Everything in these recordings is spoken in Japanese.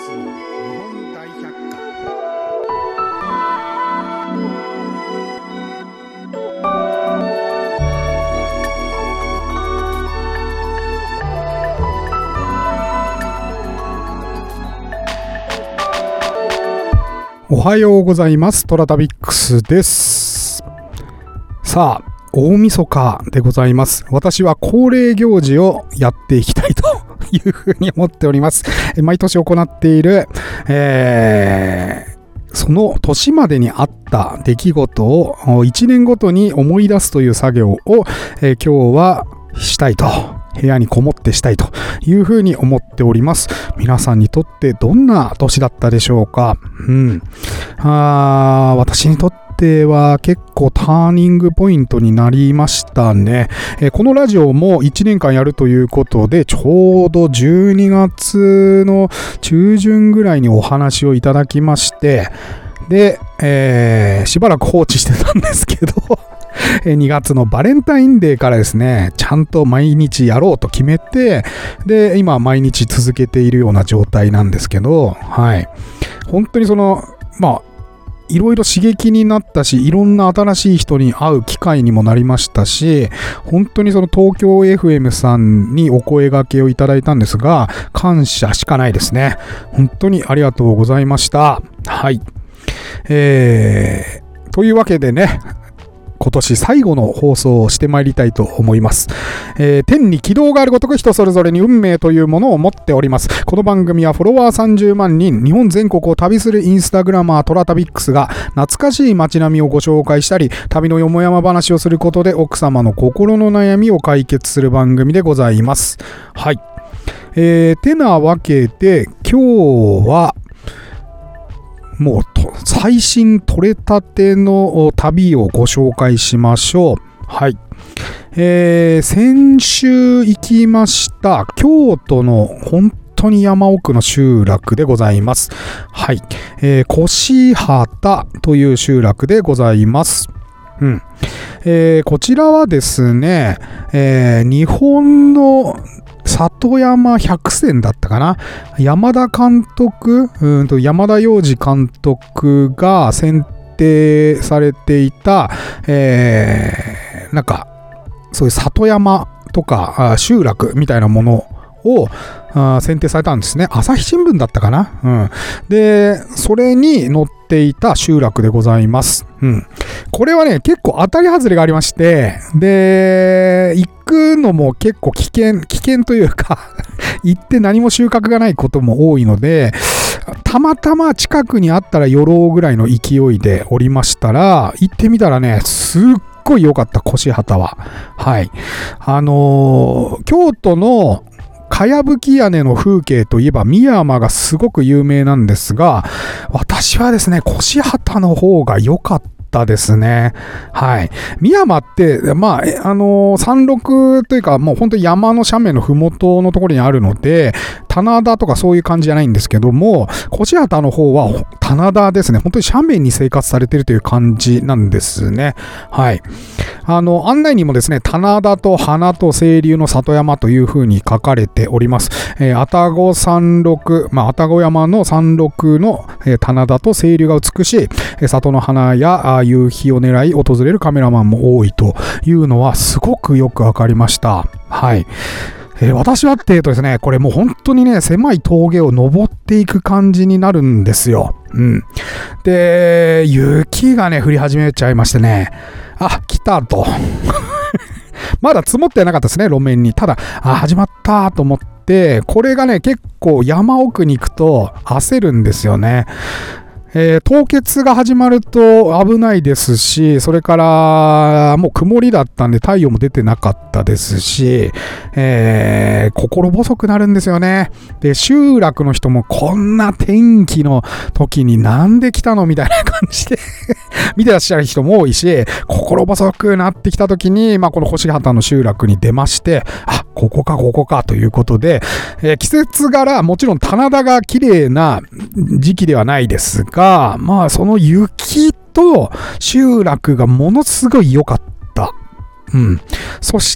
の日本大百科。おはようございます。トラタビックスです。さあ、大晦日でございます。私は恒例行事をやっていきたいというふうに思っております。毎年行っている、その年までにあった出来事を1年ごとに思い出すという作業を、今日はしたいと。部屋にこもってしたいというふうに思っております。皆さんにとってどんな年だったでしょうか。私にとっては結構ターニングポイントになりましたね。このラジオも1年間やるということで、ちょうど12月の中旬ぐらいにお話をいただきまして、で、しばらく放置してたんですけど、2月のバレンタインデーからですね、ちゃんと毎日やろうと決めて、で、今毎日続けているような状態なんですけど、はい。本当にいろいろ刺激になったし、いろんな新しい人に会う機会にもなりましたし、本当にその東京 FM さんにお声掛けをいただいたんですが、感謝しかないですね。本当にありがとうございました。はい。というわけでね、今年最後の放送をしてまいりたいと思います。天に軌道があるごとく人それぞれに運命というものを持っております。この番組はフォロワー30万人、日本全国を旅するインスタグラマートラタビックスが懐かしい街並みをご紹介したり、旅のよもやま話をすることで奥様の心の悩みを解決する番組でございます。はい。てなわけで今日はもう最新取れたての旅をご紹介しましょう。はい。先週行きました京都の本当に山奥の集落でございます。はい。越畑という集落でございます。こちらはですね、日本の里山100選だったかな、山田監督、山田洋次監督が選定されていた、なんかそういう里山とか集落みたいなものを選定されたんですね。朝日新聞だったかな。で、それに載っていた集落でございます。これはね、結構当たり外れがありまして、で、行くのも結構危険というか、行って何も収穫がないことも多いので、たまたま近くにあったら寄ろうぐらいの勢いでおりましたら、行ってみたらね、すっごい良かった、越畑は。はい。京都のかやぶき屋根の風景といえば三山がすごく有名なんですが、私はですね、越畑の方が良かったですね。はい。三山って、山麓というか、もう本当に山の斜面のふもとのところにあるので、棚田とかそういう感じじゃないんですけども、越畑の方は棚田ですね。本当に斜面に生活されているという感じなんですね。はい。案内にもですね、棚田と花と清流の里山という風に書かれております。愛宕山麓、愛宕山の山麓の棚田と清流が美しい里の花や夕日を狙い訪れるカメラマンも多いというのはすごくよくわかりました。はい。私はっていうとですね、これもう本当にね、狭い峠を登っていく感じになるんですよ。で、雪がね、降り始めちゃいましてね、来たと。まだ積もってなかったですね、路面に。ただ、始まったと思って、これがね、結構山奥に行くと焦るんですよね。凍結が始まると危ないですし、それからもう曇りだったんで太陽も出てなかったですし、心細くなるんですよね。で、集落の人もこんな天気の時になんで来たのみたいな感じで見てらっしゃる人も多いし、心細くなってきた時に、この越畑の集落に出まして、ここかということで、季節柄もちろん棚田が綺麗な時期ではないですが、その雪と集落がものすごい良かったそして、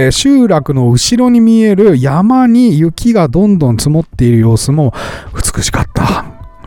集落の後ろに見える山に雪がどんどん積もっている様子も美しかった。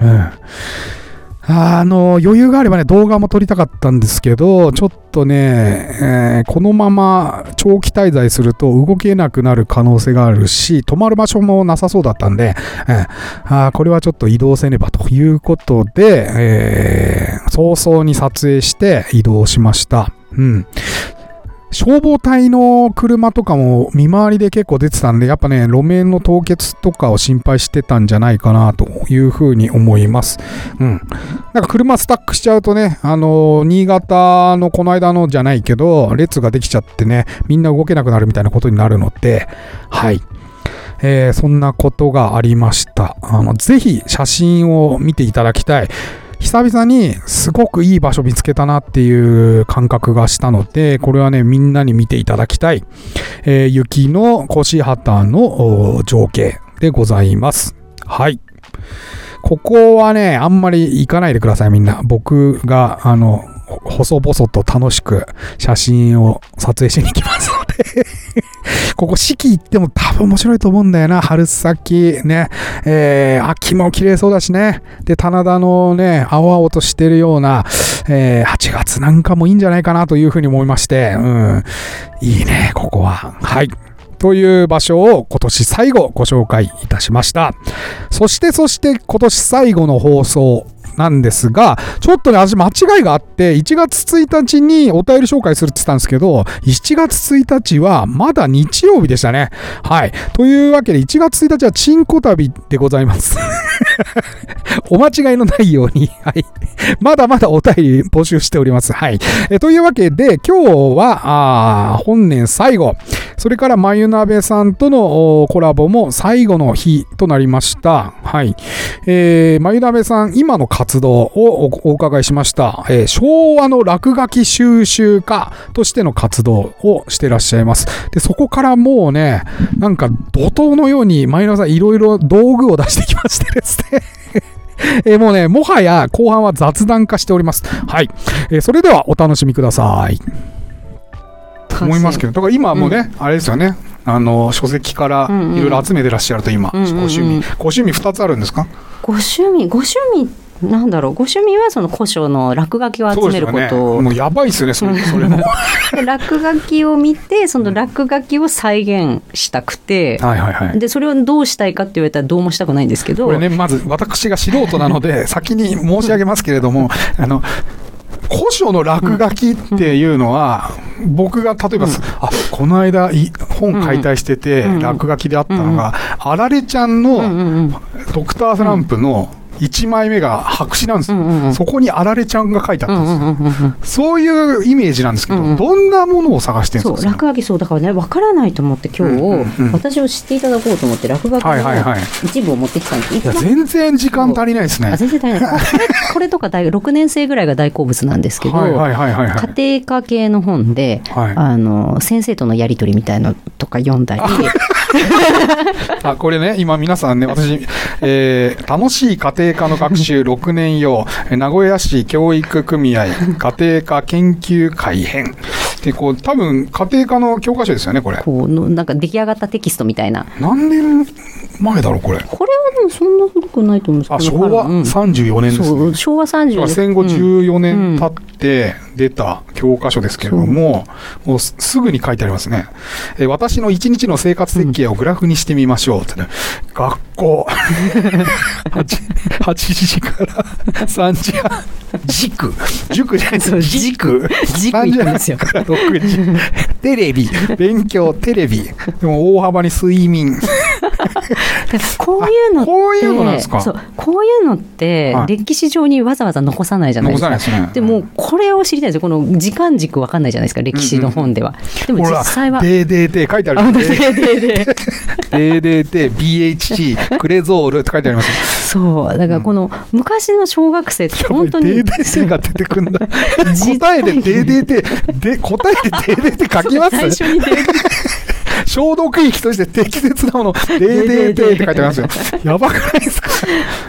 余裕があればね、動画も撮りたかったんですけど、ちょっとね、このまま長期滞在すると動けなくなる可能性があるし、泊まる場所もなさそうだったんで、これはちょっと移動せねばということで、早々に撮影して移動しました。消防隊の車とかも見回りで結構出てたんで、やっぱね、路面の凍結とかを心配してたんじゃないかなというふうに思います。なんか車スタックしちゃうとね、新潟のこの間のじゃないけど、列ができちゃってね、みんな動けなくなるみたいなことになるので、はい。そんなことがありました。ぜひ写真を見ていただきたい。久々にすごくいい場所見つけたなっていう感覚がしたので、これはね、みんなに見ていただきたい、雪の腰旗の情景でございます。はい。ここはね、あんまり行かないでください、みんな。僕が、細々と楽しく写真を撮影しに行きますのでここ四季行っても多分面白いと思うんだよな。春先ね、秋も綺麗そうだしね。で、棚田のね、青々としてるような、8月なんかもいいんじゃないかなというふうに思いまして、いいね、ここは。はい。という場所を今年最後ご紹介いたしました。そして今年最後の放送なんですが、ちょっとね、私間違いがあって、1月1日にお便り紹介するって言ったんですけど、1月1日はまだ日曜日でしたね。はい。というわけで、1月1日はチンコ旅でございます。お間違いのないように、はい。まだまだお便り募集しております。はい。というわけで、今日は、本年最後、それからまゆなべさんとのコラボも最後の日となりました。はい。まゆなべさん、今の活動をお伺いしました。昭和の落書き収集家としての活動をしてらっしゃいます。で、そこからもうね、なんか怒涛のようにまゆなべさんいろいろ道具を出してきましてですね。もうね、もはや後半は雑談化しております。はい。それではお楽しみください。思いますけど、だから今もね、あれですよね。書籍からいろいろ集めてらっしゃると今、ご趣味2つあるんですか？ ご趣味なんだろう、ご趣味はその古書の落書きを集めること、 ね、もうやばいですよね、それも落書きを見て、その落書きを再現したくて、でそれをどうしたいかって言われたらどうもしたくないんですけど、 これね、まず私が素人なので先に申し上げますけれども古書の落書きっていうのは、僕が例えば、この間本解体してて、落書きであったのが、あられちゃんのドクタースランプの1枚目が白紙なんですよ。そこにあられちゃんが書いてあったんですよ。そういうイメージなんですけど、どんなものを探してるんですか？ 落書き、そうだからね、分からないと思って今日、私を知っていただこうと思って落書きの一部を持ってきたんです。 いや、全然時間足りないですね。 全然足りない。これとか6年生ぐらいが大好物なんですけど、家庭科系の本で、先生とのやり取りみたいなのとか読んだりこれね、今皆さんね、私、楽しい家庭科の学習6年用名古屋市教育組合家庭科研究会編で、こう多分家庭科の教科書ですよね、これ。 こうなんか出来上がったテキストみたいな。 何年前だろう、これ。 これはでもそんな古くないと思うんですけど、 昭和34年ですね。 そう、昭和34年。 戦後14年経って出た教科書ですけれども、もうすぐに書いてありますね。私の1日の生活設計をグラフにしてみましょうってね。学校8時から3時半塾じゃないですか、塾3時半から6時テレビ勉強テレビでも大幅に睡眠こういうのなんですか？ そう、こういうのって歴史上にわざわざ残さないじゃないですか。 残さないですね。 でもこれを知りたいんですよ。この時間軸わかんないじゃないですか、歴史の本では。でも実際は DDT 書いてある。DDT BHC クレゾールって書いてあります。 そうだからこの昔の小学生って本当に DDT が出てくるんだ。答えで DDT で答えで DDT 書きます。 最初に DDT 消毒液として適切なもの DDT って書いてありますよ。やばくないですか？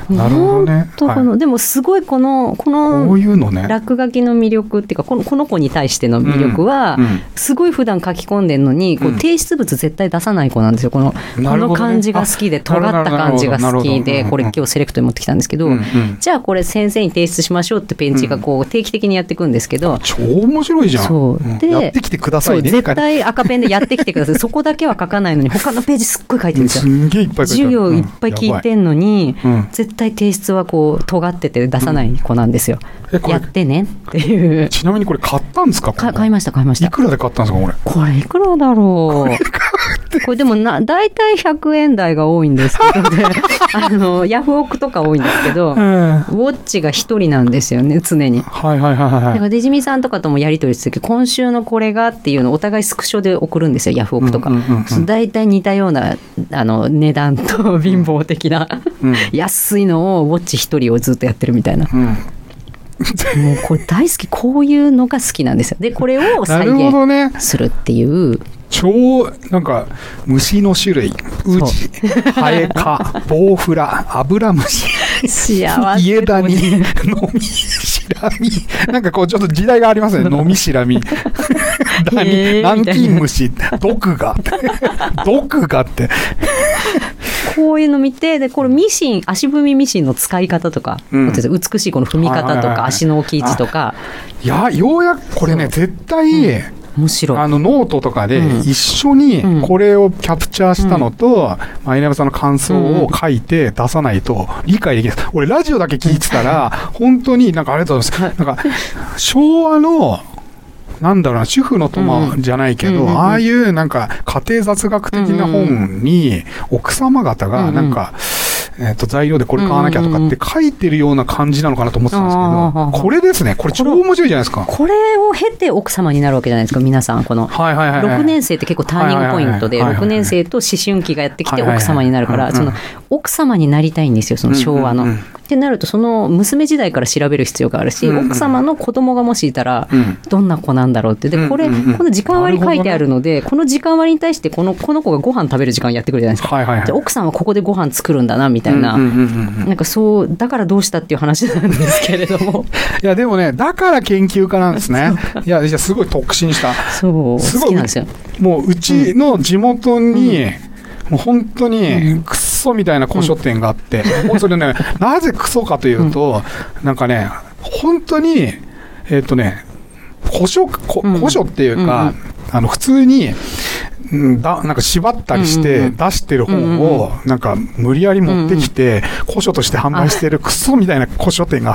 なるほどね。 でもすごいこのこういうのね、 落書きの魅力っていうかこの子に対しての魅力は、すごい普段書き込んでるのにこう提出物絶対出さない子なんですよ。この感じが好きで尖った感じが好きで、これ今日セレクトに持ってきたんですけど、じゃあこれ先生に提出しましょうってペンチがこう定期的にやっていくんですけど、 超面白いじゃん。 そうで、 やってきてくださいね。 絶対赤ペンでやってきてください。そこだけは書かないのに他のページすっごい書いてるんですよ。 すんげえいっぱい書いてある。 授業いっぱい聞いてんのに、絶対提出はこう尖ってて出さない子なんですよ。やってねっていう。 ちなみにこれ買ったんですか？ 買いました。いくらで買ったんですかこれいくらだろう。これでもだいたい100円台が多いんですけどね。ヤフオクとか多いんですけど、ウォッチが一人なんですよね、常に。だからデジミさんとかともやり取りするけど、今週のこれがっていうのをお互いスクショで送るんですよ、ヤフオクとか。だいたい似たような値段と貧乏的な、安いのをウォッチ一人をずっとやってるみたいな。もうこれ大好き、こういうのが好きなんですよ。でこれを再現するっていう。 超なんか虫の種類、ウジ、ハエ科、ボウフラ、アブラムシ、イエダニ、ノミシラミ、なんかこうちょっと時代がありますね。ノミシラミ、南京虫、毒ガってこういうの見て、でこれミシン、足踏みミシンの使い方とか、美しいこの踏み方とか、足の置き位置とか、 ようやくこれね絶対、 面白いノートとかで一緒にこれをキャプチャーしたのと、稲山さんの感想を書いて出さないと理解できない。俺ラジオだけ聞いてたら本当になんかありがとうございます。なんか昭和のなんだろうな、主婦の友じゃないけど、ああいうなんか家庭雑学的な本に奥様方がなんか、材料でこれ買わなきゃとかって書いてるような感じなのかなと思ってたんですけど、これですね。これ超面白いじゃないですか。 これを経て奥様になるわけじゃないですか、皆さん。この6年生って結構ターニングポイントで、6年生と思春期がやってきて奥様になるから、その奥様になりたいんですよ、その昭和の。ってなると、その娘時代から調べる必要があるし、奥様の子供がもしいたらどんな子なんだろうって。でこの時間割書いてあるので、この時間割に対してこの子がご飯食べる時間やってくるじゃないですか。じゃ奥さんはここでご飯作るんだなみたいな、なんかそうだからどうしたっていう話なんですけれどもいやでもね、だから研究家なんですね。いやすごい特進した。 そうすごい好きなんですよ。 もううちの地元に、もう本当にクソみたいな古書店があって、もうそれね、なぜクソかというと、なんかね、本当に古書っていうか、普通になんか縛ったりして出してる本をなんか無理やり持ってきて古書として販売してるクソみたいな古書店があって、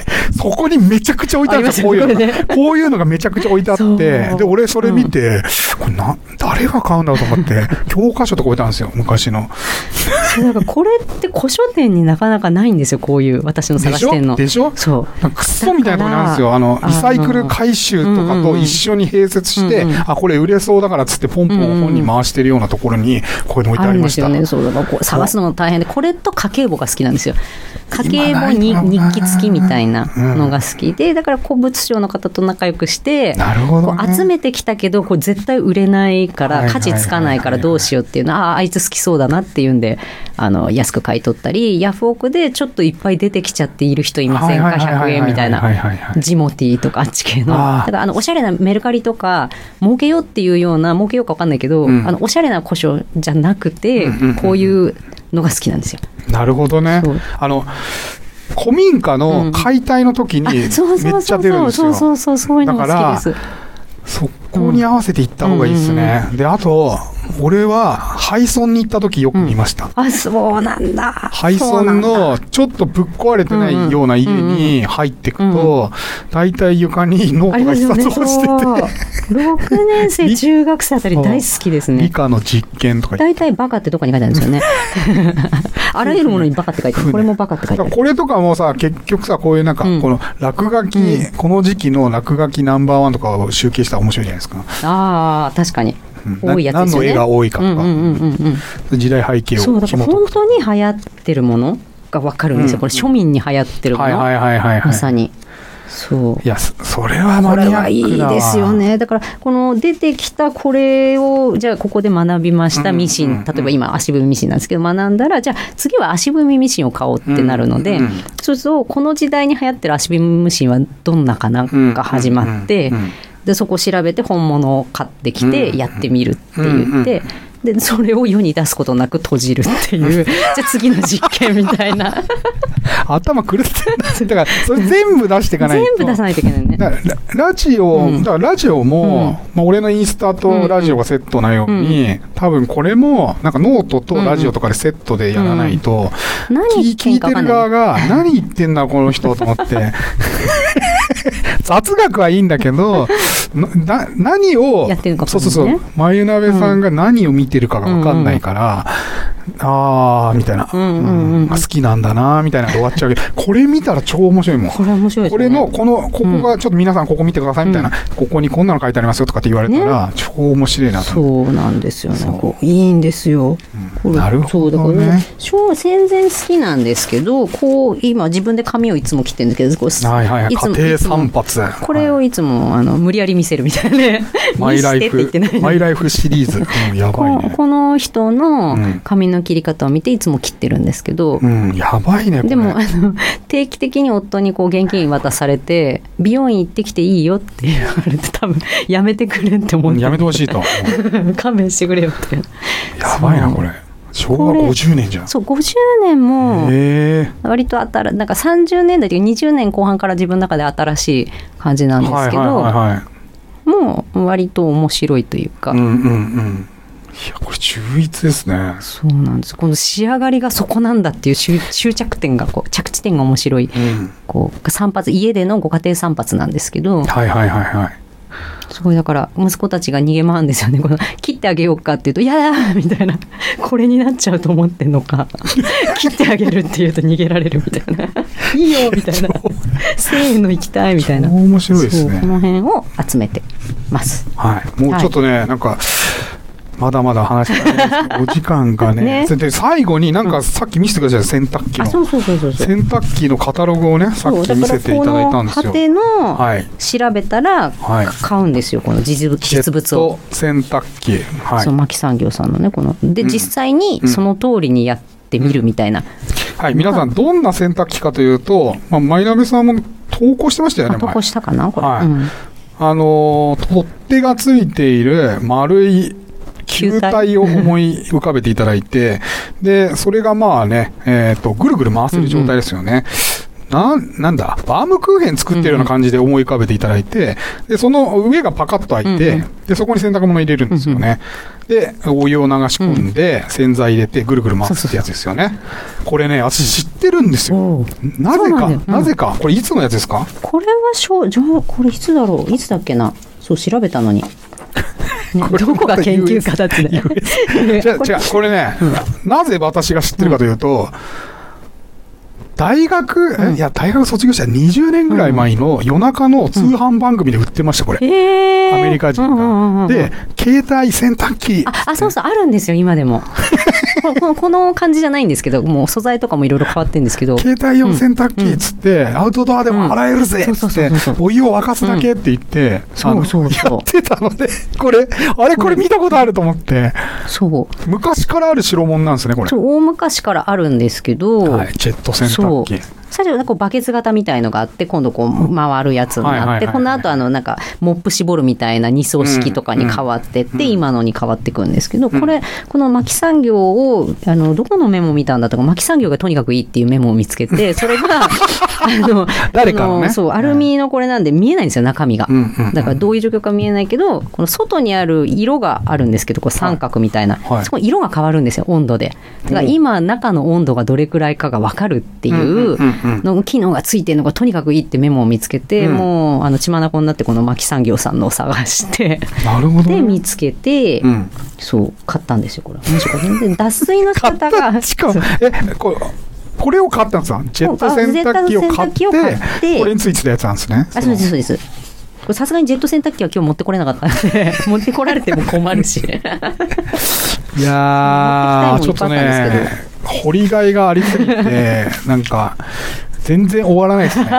そこにめちゃくちゃ置いてあるんですよ。こういうのがめちゃくちゃ置いてあって、で俺それ見て、これ誰が買うんだろうと思って教科書とか置いてあるんですよ、昔の。 なんかこれって古書店になかなかないんですよ、こういう私の探してんの。 でしょ。そうクソみたいなとこなんですよ。リサイクル回収とかと一緒に併設して、これ売れそうだからっつってポンポン本に回してるようなところにこういうの置いてありました。 あるんですよね。そうだからこう探すのが大変で、これと家計簿が好きなんですよ。家計簿に日記付きみたいなのが好きで、だから古物商の方と仲良くして、こう集めてきたけどこう絶対売れないから価値つかないからどうしようっていうの、あいつ好きそうだなっていうんで安く買い取ったり、ヤフオクでちょっといっぱい出てきちゃっている人いませんか、100円みたいな、ジモティーとかあっち系の、だからおしゃれなメルカリとか儲けようっていうような、儲けようか分かんないけど、おしゃれな古書じゃなくて、こういうのが好きなんですよ。 なるほどね。古民家の解体の時にめっちゃ出るんですよ。 そういうのが好きです。 そこに合わせていった方がいいですね。であと俺は廃村に行った時よく見ました。 そうなんだ。 廃村のちょっとぶっ壊れてないような家に入っていくと、だいたい床にノートが一冊落ちてて、 6年生中学生あたり大好きですね。 理科の実験とか。 だいたいバカってどこに書いてあるんですよね。あらゆるものにバカって書いてある。これもバカって書いてある。 これとかもさ、結局さ、こういうなんかこの落書き、この時期の落書きナンバー1とかを集計したら面白いじゃないですか。 確かに。多いやつですよね。 何の絵が多いかとか、時代背景をそうだから本当に流行ってるものが分かるんですよ。これ庶民に流行ってるもの、まさにそう。 いや、それはマニアックだわ。これはいいですよね。だからこの出てきたこれをじゃあここで学びましたミシン、例えば今足踏みミシンなんですけど学んだら、じゃあ次は足踏みミシンを買おうってなるので、そうするとこの時代に流行ってる足踏みミシンはどんなかなんか始まって、でそこを調べて本物を買ってきてやってみるって言って、でそれを世に出すことなく閉じるっていうじゃあ次の実験みたいな頭狂ってんだ。だからそれ全部出していかないと。 全部出さないといけないね。 だからラジオも、俺のインスタとラジオがセットなように、多分これもなんかノートとラジオとかでセットでやらないと、聞いてる側が何言ってんだこの人と思って雑学はいいんだけど何をやってるか分かんないね。 そう眉鍋さんが何を見てるかが分かんないから、あーみたいな、好きなんだなみたいなので終わっちゃうけど、これ見たら超面白いもん。 これ面白いですね。 これのここがちょっと皆さんここ見てくださいみたいな、ここにこんなの書いてありますよとかって言われたら、超面白いなと。 そうなんですよね。いいんですよ。 なるほどね。 戦前好きなんですけど、こう今自分で髪をいつも切ってるんですけど、 家庭散髪、 これをいつも無理やり見せるみたいなね。 マイライフシリーズ、やばいね。 この人の髪の切り方を見ていつも切ってるんですけど、 やばいね。 でも定期的に夫にこう現金渡されて、美容院行ってきていいよって言われて、多分やめてくれって思って、 やめてほしいと勘弁してくれよって。 やばいなこれ。昭和50年じゃん。 そう、50年も割となんか30年代というか20年後半から自分の中で新しい感じなんですけど、もう割と面白いというか、いやこれ秀逸ですね。 そうなんです。この仕上がりがそこなんだっていう終着点が着地点が面白い、散髪、家でのご家庭散髪なんですけど、すごい、だから息子たちが逃げ回るんですよね。この切ってあげようかって言うと、いやだみたいな、これになっちゃうと思ってんのか切ってあげるって言うと逃げられるみたいな、いいよみたいな、せーの行きたいみたいな、 面白いですね。 この辺を集めてます。 もうちょっとね、なんかまだまだ話がお時間がね。で最後になんかさっき見せてください、洗濯機の洗濯機のカタログをね、さっき見せていただいたんですよ。 ハテの調べたら買うんですよ、この実物を。 ジェット洗濯機、 そう、牧産業さんのね、こので実際にその通りにやってみるみたいな。 皆さんどんな洗濯機かというと、マイナベさんも投稿してましたよね。 投稿したかな、これ。 取っ手がついている丸い球体を思い浮かべていただいて、でそれがまあね、ぐるぐる回せる状態ですよね。なんだバームクーヘン作ってるような感じで思い浮かべていただいて、でその上がパカッと開いて、でそこに洗濯物入れるんですよね。でお湯を流し込んで、洗剤入れてぐるぐる回すってやつですよね。これね、私知ってるんですよ。なぜかこれいつのやつですか？ これはこれいつだろう、いつだっけな。そう調べたのにどこが研究家だってね。 違う、これね、なぜ私が知ってるかというと、大学卒業した20年ぐらい前の夜中の通販番組で売ってました、これ。アメリカ人が。で、携帯洗濯機。 そうそう、あるんですよ、今でも。この感じじゃないんですけど、もう素材とかもいろいろ変わってるんですけど。 携帯用洗濯機っつって、アウトドアでも洗えるぜっつって、お湯を沸かすだけって言って、やってたので、これ見たことあると思って。 そう。 昔からある代物なんですね、これ。 そう、大昔からあるんですけど。 ジェット洗濯機。 最初バケツ型みたいのがあって、今度回るやつになって、この後なんかモップ絞るみたいな2層式とかに変わってって、今のに変わっていくんですけど、この牧産業をどこのメモ見たんだとか、牧産業がとにかくいいっていうメモを見つけて、それが誰かのね、 そうアルミのこれなんで見えないんですよ、中身が。だからどういう状況か見えないけど、この外にある色があるんですけど、三角みたいな、そこ色が変わるんですよ、温度で。だから今中の温度がどれくらいかが分かるっていうの機能がついてるのがとにかくいいってメモを見つけて、もう血眼になってこの牧産業さんのを探してで見つけて、そう買ったんですよ。これ全然脱水の仕方がこれを買ったんですか？ジェット洗濯機を買ってこれについてたやつなんですね。 そうです。さすがにジェット洗濯機は今日持ってこれなかったんで持ってこられても困るしいやちょっとね、掘りがいがありすぎてなんか全然終わらないですね。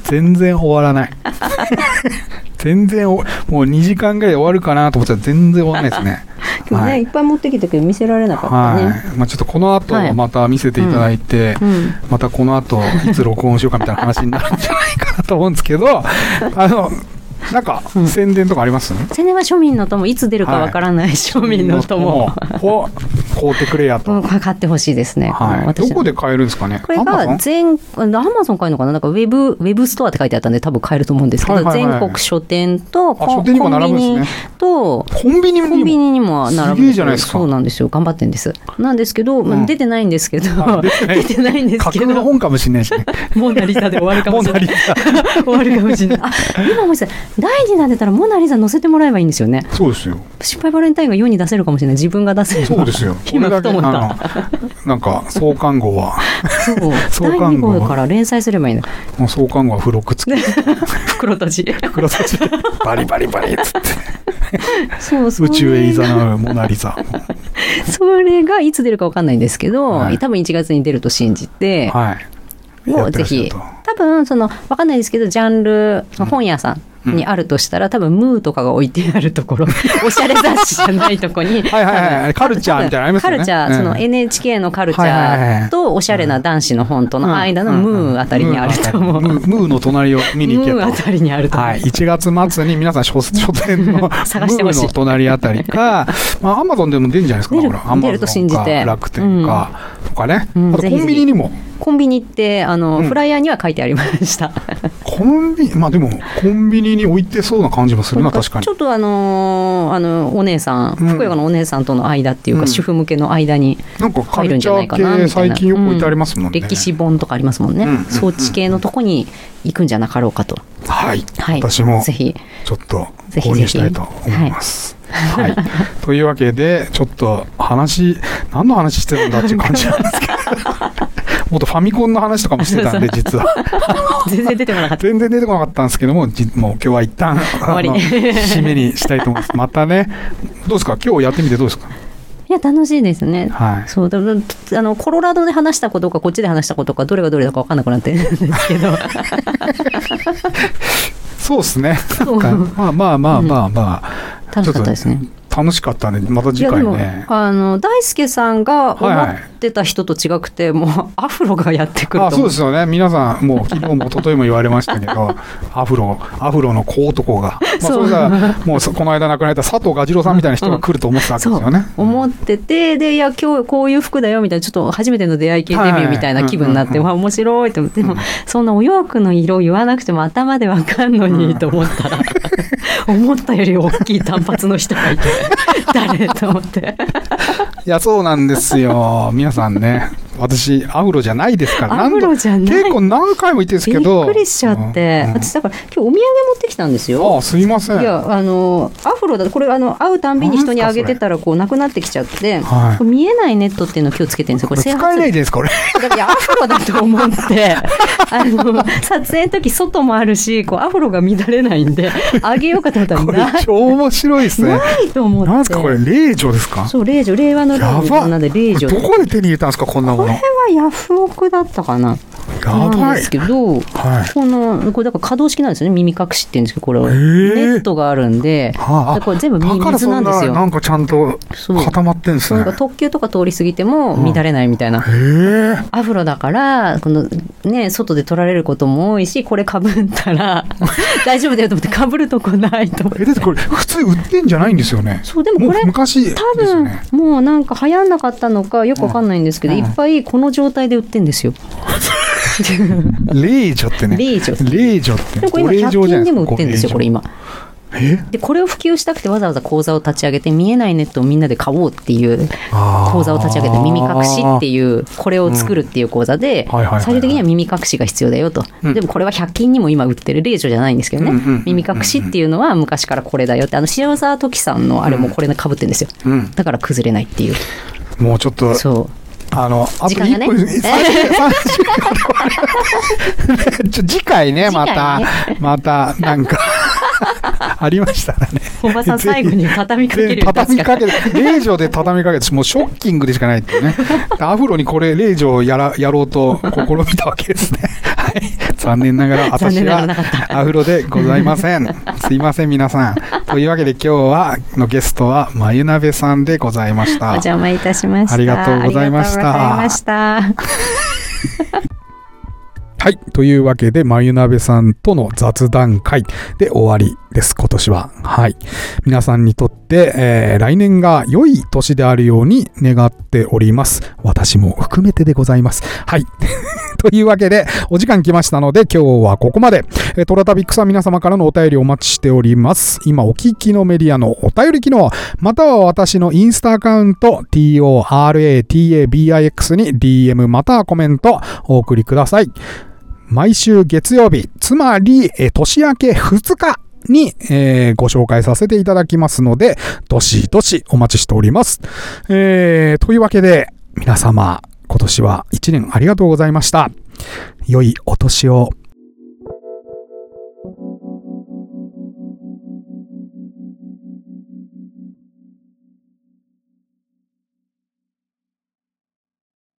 全然終わらない。全然もう2時間ぐらいで終わるかなと思ったら全然終わらないですね。 今日ね、いっぱい持ってきたけど見せられなかったね。 まあ、ちょっとこの後また見せていただいて、またこの後いつ録音しようかみたいな話になるんじゃないかなと思うんですけど、なんか宣伝とかあります？ 宣伝は庶民の友、いつ出るかわからない庶民の友を買ってくれやと。 買ってほしいですね。 どこで買えるんですかね？ これがアマゾン買えるのかな？なんかウェブストアって書いてあったんで多分買えると思うんですけど、全国書店とコンビニとコンビニにも並ぶんですよ。そうなんですよ。頑張ってんです。なんですけど、出てないんですけど、出てないんですけど。 架空の本かもしれないしね。 モナリザで終わるかもしれない。終わるかもしれない。今思い出した。第2弾出たらモナリザ載せてもらえばいいんですよね。 そうですよ。 失敗バレンタインが世に出せるかもしれない。自分が出せる。 そうですよ。 今ふと思った。 なんか創刊号はそう第2号から連載すればいいの。 もう創刊号は付録付き。 袋閉じ。 バリバリバリっつって。 そう宇宙へいざなうモナリザ。 それがいつ出るか分かんないんですけど、多分1月に出ると信じて。もうぜひ多分分かんないですけどジャンル本屋さんにあるとしたら、多分ムーとかが置いてあるところおしゃれ雑誌じゃないとこにカルチャーみたいなのありますよね。 カルチャー、NHK のカルチャーとおしゃれな男子の本との間のムーあたりにあると思う。 ムーの隣を見に行けばムーあたりにあると思う。 1月末に皆さん書店のムーの隣あたりか、アマゾンでも出るんじゃないですか。 出ると信じて。 楽天かとかね。あとコンビニにも。 コンビニってフライヤーには書いてありました。 コンビニ、でもコンビニに置いてそうな感じもするな。確かにちょっとお姉さん、ふくよかのお姉さんとの間っていうか、主婦向けの間に入るんじゃないかなみたいな。 最近よく置いてありますもんね。 歴史本とかありますもんね。装置系のとこに行くんじゃなかろうかと。 私もぜひちょっと購入したいと思います。というわけでちょっと何の話してるんだっていう感じなんですけどもっとファミコンの話とかもしてたんで実は全然出てこなかった。 全然出てこなかったんですけどもう今日は一旦締めにしたいと思います。またね、どうですか、今日やってみてどうですか？ いや楽しいですね。そうコロラドで話したことかこっちで話したことかどれがどれだか分かんなくなってるんですけどそうですね。まあ楽しかったですね。 楽しかったね。また次回ね。 大輔さんが思ってた人と違くて、もうアフロがやってくると思う。 そうですよね。皆さんもう昨日も一昨日も言われましたけどアフロの小男が、それがもうこの間亡くなった佐藤蛾次郎さんみたいな人が来ると思ってたわけですよね。 思ってて、でいや今日こういう服だよみたいな、ちょっと初めての出会い系デビューみたいな気分になって、面白いと思って、でもそんなお洋服の色言わなくても頭でわかんのにと思ったら思ったより大きい短髪の人がいて誰と思っていやそうなんですよ。皆さんね、私アフロじゃないですから。 アフロじゃない。 結構何回も言ってるんですけどびっくりしちゃって、私だから今日お土産持ってきたんですよ。 すいません。 いやアフロだとこれ会うたんびに人にあげてたらこうなくなってきちゃって、見えないネットっていうのを今日つけてるんですよ。これ使えないですこれ。 だからアフロだと思って撮影の時外もあるしこうアフロが乱れないんであげようかと思ったらこれ超面白いですね。 ないと思って。 なんですかこれ、令嬢ですか？ そう、令和の令なんで令嬢。 どこで手に入れたんですかこんなもの。 これはヤフオクだったかな。 やばい。 なんですけど、これだから可動式なんですよね。耳隠しって言うんですけど、これネットがあるんで、これ全部水なんですよ。 なんかちゃんと固まってんですね。 特急とか通り過ぎても乱れないみたいな。アフロだからこのね外で取られることも多いし、これ被ったら大丈夫だよと思って被るとこないと思って。 だってこれ普通売ってんじゃないんですよね。 そうでもこれ昔多分もうなんか流行んなかったのかよくわかんないんですけど、いっぱいこの状態で売ってんですよ。 令嬢ってね。 令嬢ってでこれ今100均でも売ってるんですよ。これ今でこれを普及したくてわざわざ講座を立ち上げて、見えないネットをみんなで買おうっていう講座を立ち上げて、耳隠しっていうこれを作るっていう講座で、最終的には耳隠しが必要だよと。でもこれは100均にも今売ってる令嬢じゃないんですけどね、耳隠しっていうのは昔からこれだよって、塩沢時さんのあれもこれで被ってるんですよ。だから崩れないっていう。 もうちょっとそうあと時間がね次回ねまたなんかありましたらね。 おばさん最後に畳みかける令嬢で畳みかけてもうショッキングでしかないっていうね。アフロにこれ令嬢をやろうと試みたわけですね。はい、 残念ながら私はアフロでございません。すいません皆さん。というわけで今日はのゲストはまゆなべさんでございました。 お邪魔いたしました。 ありがとうございました。はい。というわけで、まゆなべさんとの雑談会で終わりです、今年は。はい。皆さんにとって、来年が良い年であるように願っております。私も含めてでございます。はい。というわけで、お時間来ましたので、今日はここまで。トラタビックさん皆様からのお便りお待ちしております。今、お聞きのメディアのお便り機能、または私のインスタアカウント、TORATABIX に DM またはコメントお送りください。毎週月曜日、つまり年明け2日に、ご紹介させていただきますので、どしどしお待ちしております。というわけで、皆様、今年は1年ありがとうございました。良いお年を。